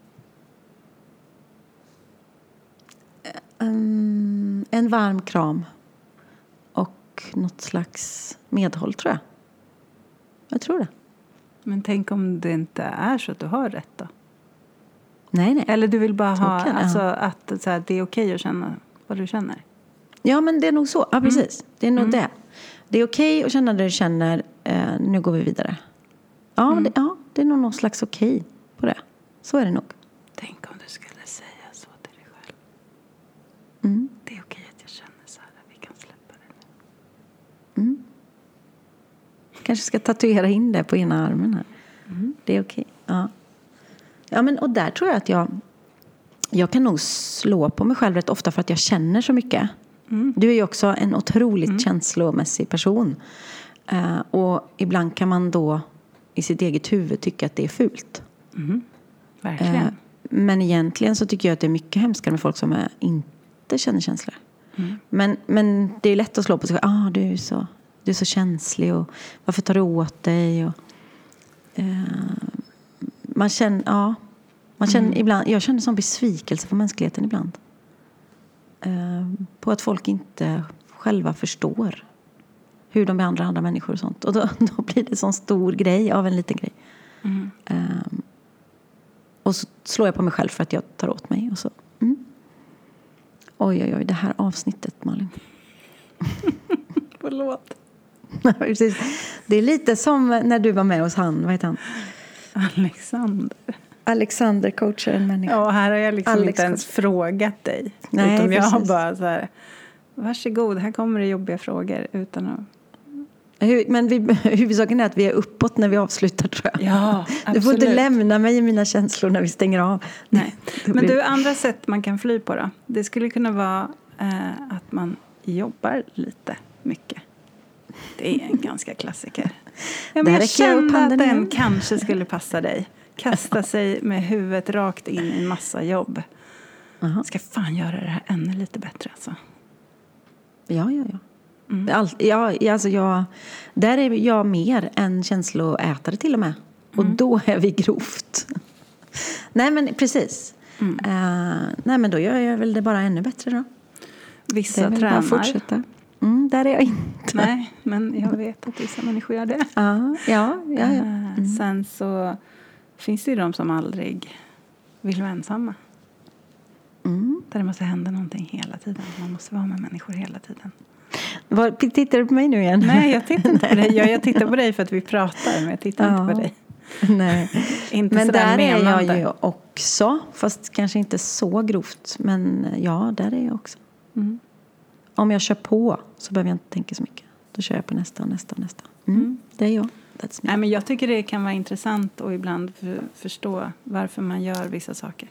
En varm kram. Och något slags medhåll, tror jag. Jag tror det. Men tänk om det inte är så att du har rätt då? Nej. Eller du vill bara ha att så här, det är okej att känna vad du känner? Ja, men det är nog så. Ja, precis. Det är nog det. Det är okej att känna det du känner. Nu går vi vidare. Det är nog någon slags okej på det. Så är det nog. Tänk om du skulle säga så till dig själv. Det är okej att jag känner så här. Vi kan släppa det nu. Kanske ska tatuera in det på ena armen här. Det är okej. Ja, men och där tror jag att jag kan nog slå på mig själv rätt ofta för att jag känner så mycket. Du är ju också en otroligt känslomässig person. Och ibland kan man då i sitt eget huvud tycka att det är fult. Verkligen. Men egentligen så tycker jag att det är mycket hemskare med folk som inte känner känslor. Men det är lätt att slå på sig. Du är så känslig och varför tar du åt dig? Och, man känner ibland, jag känner sån besvikelse för mänskligheten ibland. På att folk inte själva förstår hur de behandlar andra människor och sånt. Och då blir det en sån stor grej av en liten grej. Och så slår jag på mig själv för att jag tar åt mig. Och så. Oj, det här avsnittet, Malin. Förlåt. Precis. Det är lite som när du var med hos vad heter han? Alexander coachar en människa. Ja, här har jag liksom inte ens frågat dig. Nej, utan jag har bara så här, varsågod, här kommer det jobbiga frågor utan att Men huvudsaken är att vi är uppåt när vi avslutar, tror jag. Ja, absolut. Du får inte lämna mig i mina känslor när vi stänger av. Nej. Men du, andra sätt man kan fly på då? Det skulle kunna vara att man jobbar lite mycket. Det är en ganska klassiker. Ja, men jag kände att den kanske skulle passa dig. Kasta sig med huvudet rakt in i en massa jobb. Ska fan göra det här ännu lite bättre alltså. Ja. Där är jag mer än känsloätare till och med. Och då är vi grovt. Nej, men precis. Nej, men då gör jag väl det bara ännu bättre då. Vissa tränar. Fortsätta. Där är jag inte. Nej, men jag vet att vissa människor gör det. Ja. Sen så finns det ju de som aldrig vill vara ensamma. Där det måste hända någonting hela tiden. Man måste vara med människor hela tiden. Tittar du på mig nu igen? Nej, jag tittar inte på dig. Jag tittar på dig för att vi pratar, men jag tittar inte på dig. Nej. Inte men där menande. är jag ju också. Fast kanske inte så grovt. Men ja, där är jag också. Om jag kör på så behöver jag inte tänka så mycket. Då kör jag på nästa. Det är jag. Nej, men jag tycker det kan vara intressant och ibland förstå varför man gör vissa saker.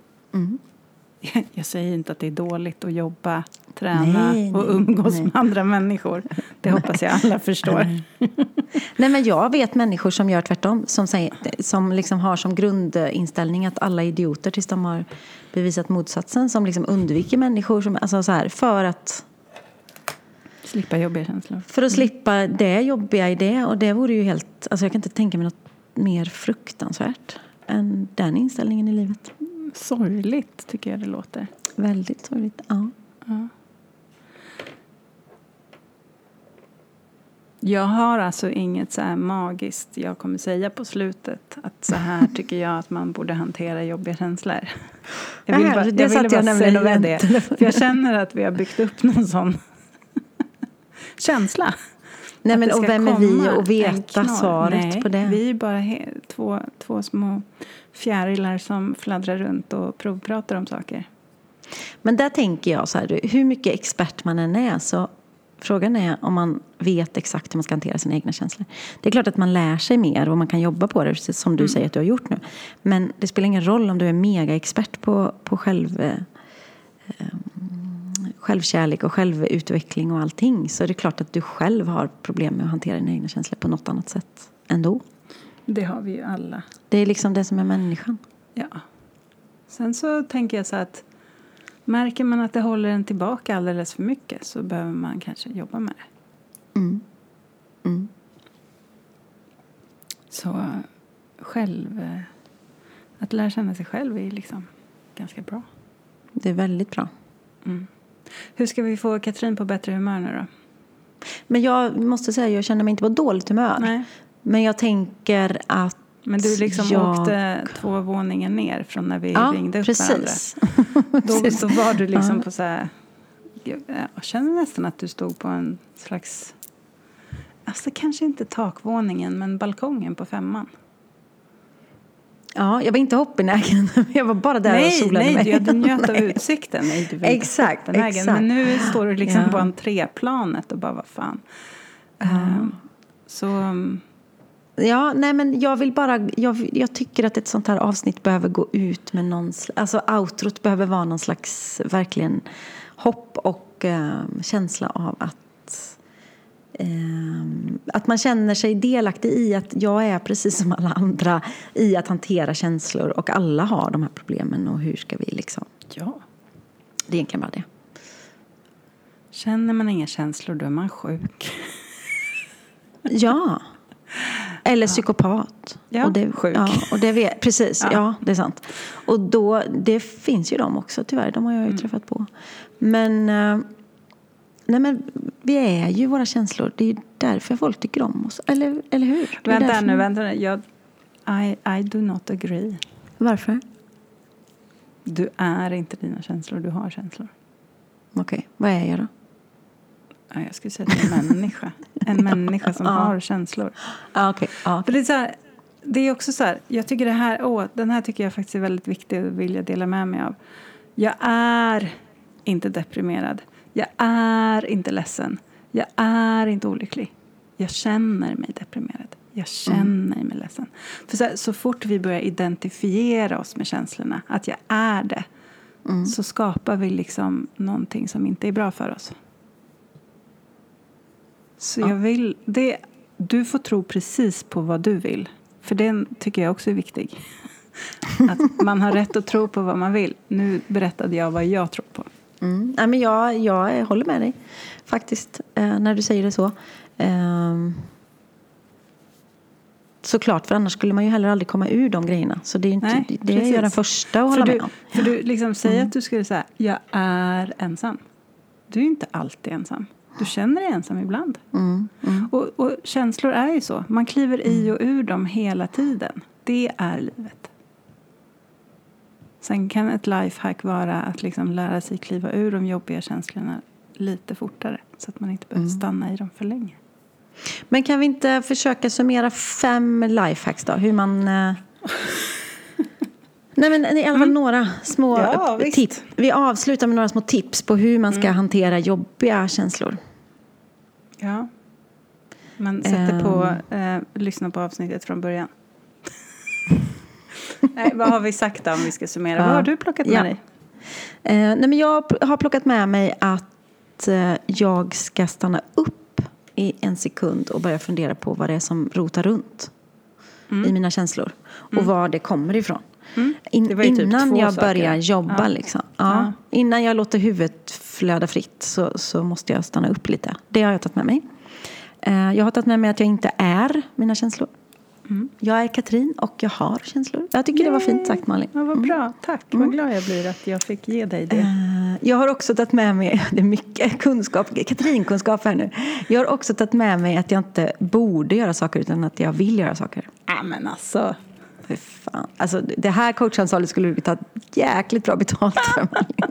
Jag säger inte att det är dåligt att jobba, träna och umgås med andra människor. Det hoppas jag alla förstår. Nej, men jag vet människor som gör tvärtom. Som liksom har som grundinställning att alla är idioter tills de har bevisat motsatsen. Som liksom undviker människor som, alltså så här, för att slippa jobbiga känslor. För att slippa det jobbiga i det. Och det vore ju helt, alltså jag kan inte tänka mig något mer fruktansvärt än den inställningen i livet. Sorgligt tycker jag det låter. Väldigt sorgligt, ja. Jag har alltså inget så här magiskt jag kommer säga på slutet. Att så här tycker jag att man borde hantera jobbiga känslor. Jag vill bara säga det. För jag känner att vi har byggt upp någon sån känsla. Nej, men och vem är vi att veta svaret på det? Vi är bara två små fjärilar som fladdrar runt och provpratar om saker. Men där tänker jag så här, hur mycket expert man än är, så frågan är om man vet exakt hur man ska hantera sina egna känslor. Det är klart att man lär sig mer och man kan jobba på det, som du säger att du har gjort nu. Men det spelar ingen roll om du är mega expert på självkärlek och självutveckling och allting, så är det klart att du själv har problem med att hantera dina egna känslor på något annat sätt ändå. Det har vi ju alla. Det är liksom det som är människan. Ja. Sen så tänker jag så att märker man att det håller en tillbaka alldeles för mycket, så behöver man kanske jobba med det. Så att lära känna sig själv är liksom ganska bra. Det är väldigt bra. Hur ska vi få Katrin på bättre humör nu då? Men jag måste säga, jag känner mig inte på dåligt humör. Nej. Men jag tänker att men du liksom åkte 2 våningar ner från när vi ringde upp precis. Varandra. Då var du liksom på så här... Jag känner nästan att du stod på en slags... Alltså kanske inte takvåningen, men balkongen på 5:an. Ja, jag var inte hoppbenägen. Jag var bara där och solade mig. Du njöt av utsikten. Nej, du var exakt. Men nu står du liksom på entréplanet och bara, vad fan. Så... Ja, nej, men jag vill bara... Jag tycker att ett sånt här avsnitt behöver gå ut med någon... Alltså outrot behöver vara någon slags verkligen hopp och känsla av att man känner sig delaktig i att jag är precis som alla andra i att hantera känslor, och alla har de här problemen, och hur ska vi liksom... Ja. Det är egentligen bara det. Känner man inga känslor, då är man sjuk. Ja. Eller psykopat. Ja, och det, sjuk. Ja, och det vet, precis, ja, det är sant. Och då, det finns ju de också, tyvärr. De har jag ju träffat på. Men... Nej, men vi är ju våra känslor. Det är ju därför folk tycker om oss. Eller hur? Vänta. I do not agree. Varför? Du är inte dina känslor, du har känslor. Okej, vad är jag då? Ja, jag skulle säga att du är en människa. En människa som har känslor. Okej. För det är så här, det är också så här, jag tycker den här tycker jag faktiskt är väldigt viktig och vill jag dela med mig av. Jag är inte deprimerad. Jag är inte ledsen. Jag är inte olycklig. jag känner mig deprimerad. Jag känner mig ledsen. För så fort vi börjar identifiera oss med känslorna, att jag är det, så skapar vi liksom någonting som inte är bra för oss. Så jag vill... Du får tro precis på vad du vill. För den tycker jag också är viktig. Att man har rätt att tro på vad man vill. Nu berättade jag vad jag tror på. Ja, men jag håller med dig faktiskt när du säger det så. Såklart, för annars skulle man ju heller aldrig komma ur de grejerna. Så det är inte, det är jag den första att hålla med om. För du liksom säger att du skulle säga, jag är ensam. Du är inte alltid ensam. Du känner dig ensam ibland. Och känslor är ju så. Man kliver i och ur dem hela tiden. Det är livet. Sen kan ett lifehack vara att liksom lära sig kliva ur de jobbiga känslorna lite fortare. Så att man inte behöver stanna i dem för länge. Men kan vi inte försöka summera 5 lifehacks då? Hur man... Nej, men i alla fall några små tips. Vi avslutar med några små tips på hur man ska hantera jobbiga känslor. Ja. Man sätter på... lyssna på avsnittet från början. Nej, vad har vi sagt då om vi ska summera? Vad har du plockat med dig? Nej, men jag har plockat med mig att jag ska stanna upp i en sekund och börja fundera på vad det är som rotar runt i mina känslor. Och var det kommer ifrån. Det var ju typ innan 2 jag saker. börjar jobba liksom. Ja. Innan jag låter huvudet flöda fritt så måste jag stanna upp lite. Det har jag tagit med mig. Jag har tagit med mig att jag inte är mina känslor. Jag är Katrin och jag har känslor. Jag tycker det var fint sagt, Malin. Ja, vad bra. Tack. Vad glad jag blir att jag fick ge dig det. Jag har också tagit med mig, det är mycket kunskap, Katrin-kunskap här nu. Jag har också tagit med mig att jag inte borde göra saker utan att jag vill göra saker. Men alltså... För fan. Alltså, det här coachansalet skulle vi ta jäkligt bra betalt för, Malin.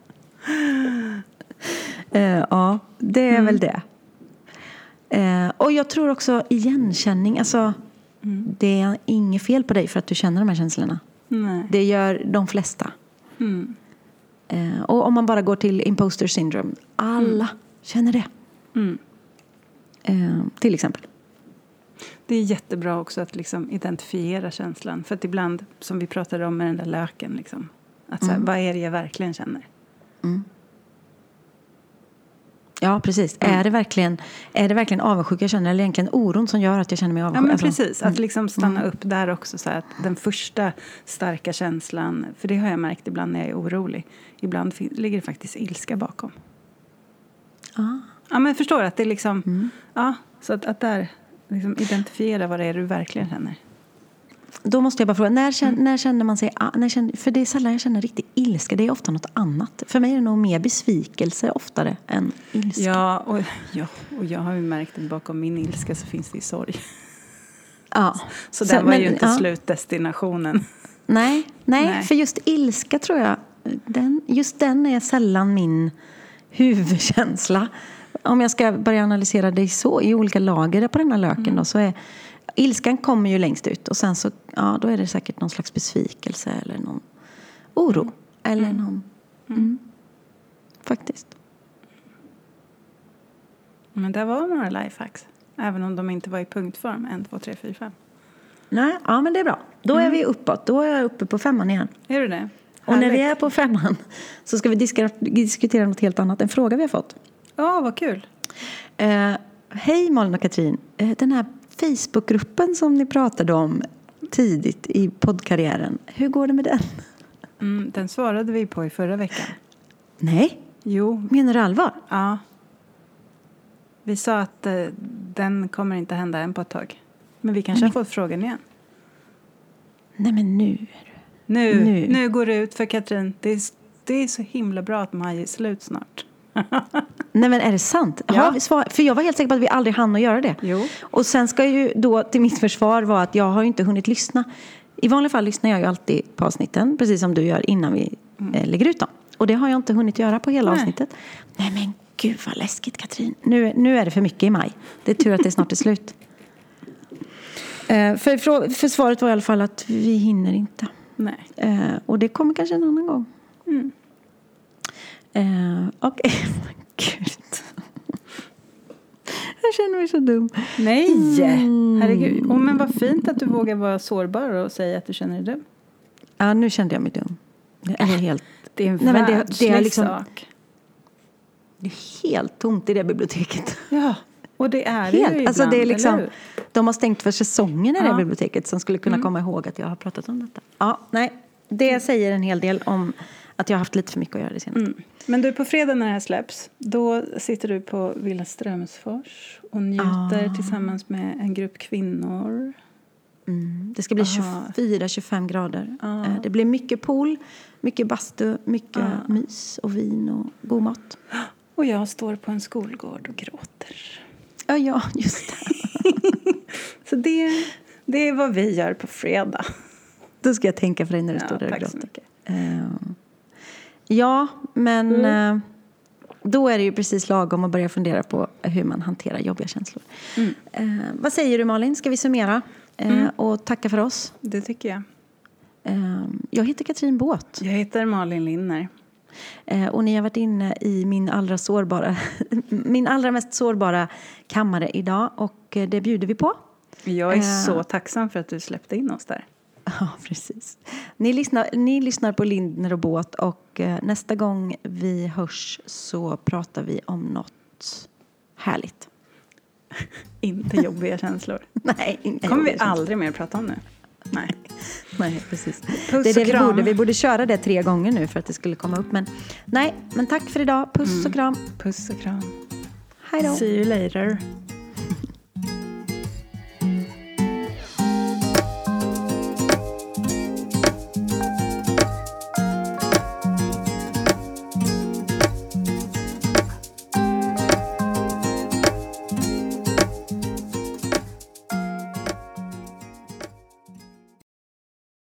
Ja, det är väl det. Och jag tror också igenkänning, alltså det är inget fel på dig för att du känner de här känslorna. Nej. Det gör de flesta. Och om man bara går till imposter syndrome, alla känner det. Till exempel. Det är jättebra också att liksom identifiera känslan. För att ibland, som vi pratade om med den där löken, liksom, att så här, vad är det jag verkligen känner? Ja, precis. Är det verkligen avundsjuk jag känner, eller egentligen oron som gör att jag känner mig avundsjuk? Ja, men precis. Att liksom stanna upp där också. Så att den första starka känslan, för det har jag märkt ibland när jag är orolig. Ibland ligger det faktiskt ilska bakom. Ja, men förstår att det är liksom... Ja, så att där liksom identifiera vad det är du verkligen känner. Då måste jag bara fråga, när känner man sig... För det är sällan jag känner riktigt ilska. Det är ofta något annat. För mig är det nog mer besvikelse oftare än ilska. Ja, och jag har ju märkt att bakom min ilska så finns det ju sorg. Ja. Så den var ju inte slutdestinationen. Nej, för just ilska tror jag... Den är sällan min huvudkänsla. Om jag ska börja analysera det så i olika lager på den här löken då, så är... Ilskan kommer ju längst ut och sen så, då är det säkert någon slags besvikelse eller någon oro. Eller någon... Faktiskt. Men det var några lifehacks. Även om de inte var i punktform. 1, 2, 3, 4, 5. Nej, ja men det är bra. Då är vi uppåt. Då är jag uppe på 5 igen. Är du det? Och när vi är på 5 så ska vi diskutera något helt annat. En fråga vi har fått. Ja, vad kul. Hej Malin och Katrin. Den här Facebookgruppen som ni pratade om tidigt i poddkarriären. Hur går det med den? Den svarade vi på i förra veckan. Nej. Jo. Menar du allvar? Ja. Vi sa att den kommer inte hända än på ett tag. Men vi kanske har fått frågan igen. Nej, men nu går det ut för Katrin. Det är så himla bra att maj är slut snart. Nej, men är det sant? Ja. För jag var helt säker på att vi aldrig hann att göra det. Jo. Och sen ska ju då till mitt försvar vara att jag har inte hunnit lyssna. I vanliga fall lyssnar jag ju alltid på avsnitten, precis som du gör innan vi lägger ut dem. Och det har jag inte hunnit göra på hela avsnittet. Nej, men gud vad läskigt, Katrin. Nu är det för mycket i maj. Det är tur att det snart är slut. För svaret var i alla fall att vi hinner inte. Nej. Och det kommer kanske en annan gång. Okej. Gud. Jag känner mig så dum. Nej, herregud. Men vad fint att du vågar vara sårbar och säga att du känner dig dum. Ja, nu kände jag mig dum. Det är helt... Det är en världslig liksom, sak. Det är helt tomt i det biblioteket. Ja, och det är helt, det ju alltså ibland, det är liksom, eller hur? de har stängt för säsongen i det biblioteket som skulle kunna komma ihåg att jag har pratat om detta. Ja, nej. Det säger en hel del om att jag har haft lite för mycket att göra det senaste. Men du, på fredag när det här släpps, då sitter du på Villa Strömsfors och njuter tillsammans med en grupp kvinnor. Det ska bli 24-25 grader. Det blir mycket pool, mycket bastu, mycket mys och vin och god mat. Och jag står på en skolgård och gråter. Ja, just det. Så det är vad vi gör på fredag. Då ska jag tänka för dig när du står där och tack gråter. Så mycket. Ja, men då är det ju precis lagom att börja fundera på hur man hanterar jobbiga känslor. Vad säger du, Malin? Ska vi summera och tacka för oss? Det tycker jag. Jag heter Katrin Båt. Jag heter Malin Linner. Och ni har varit inne i min allra mest sårbara kammare idag. Och det bjuder vi på. Jag är så tacksam för att du släppte in oss där. Ja, precis. Ni lyssnar på Lindner och Båt. Och nästa gång vi hörs så pratar vi om något härligt. Inte jobbiga känslor. Nej, inte kommer vi aldrig mer prata om nu. Nej, precis. Det är det vi borde köra det 3 gånger nu för att det skulle komma upp. Men tack för idag. Puss och kram. Puss och kram. Hej då. See you later.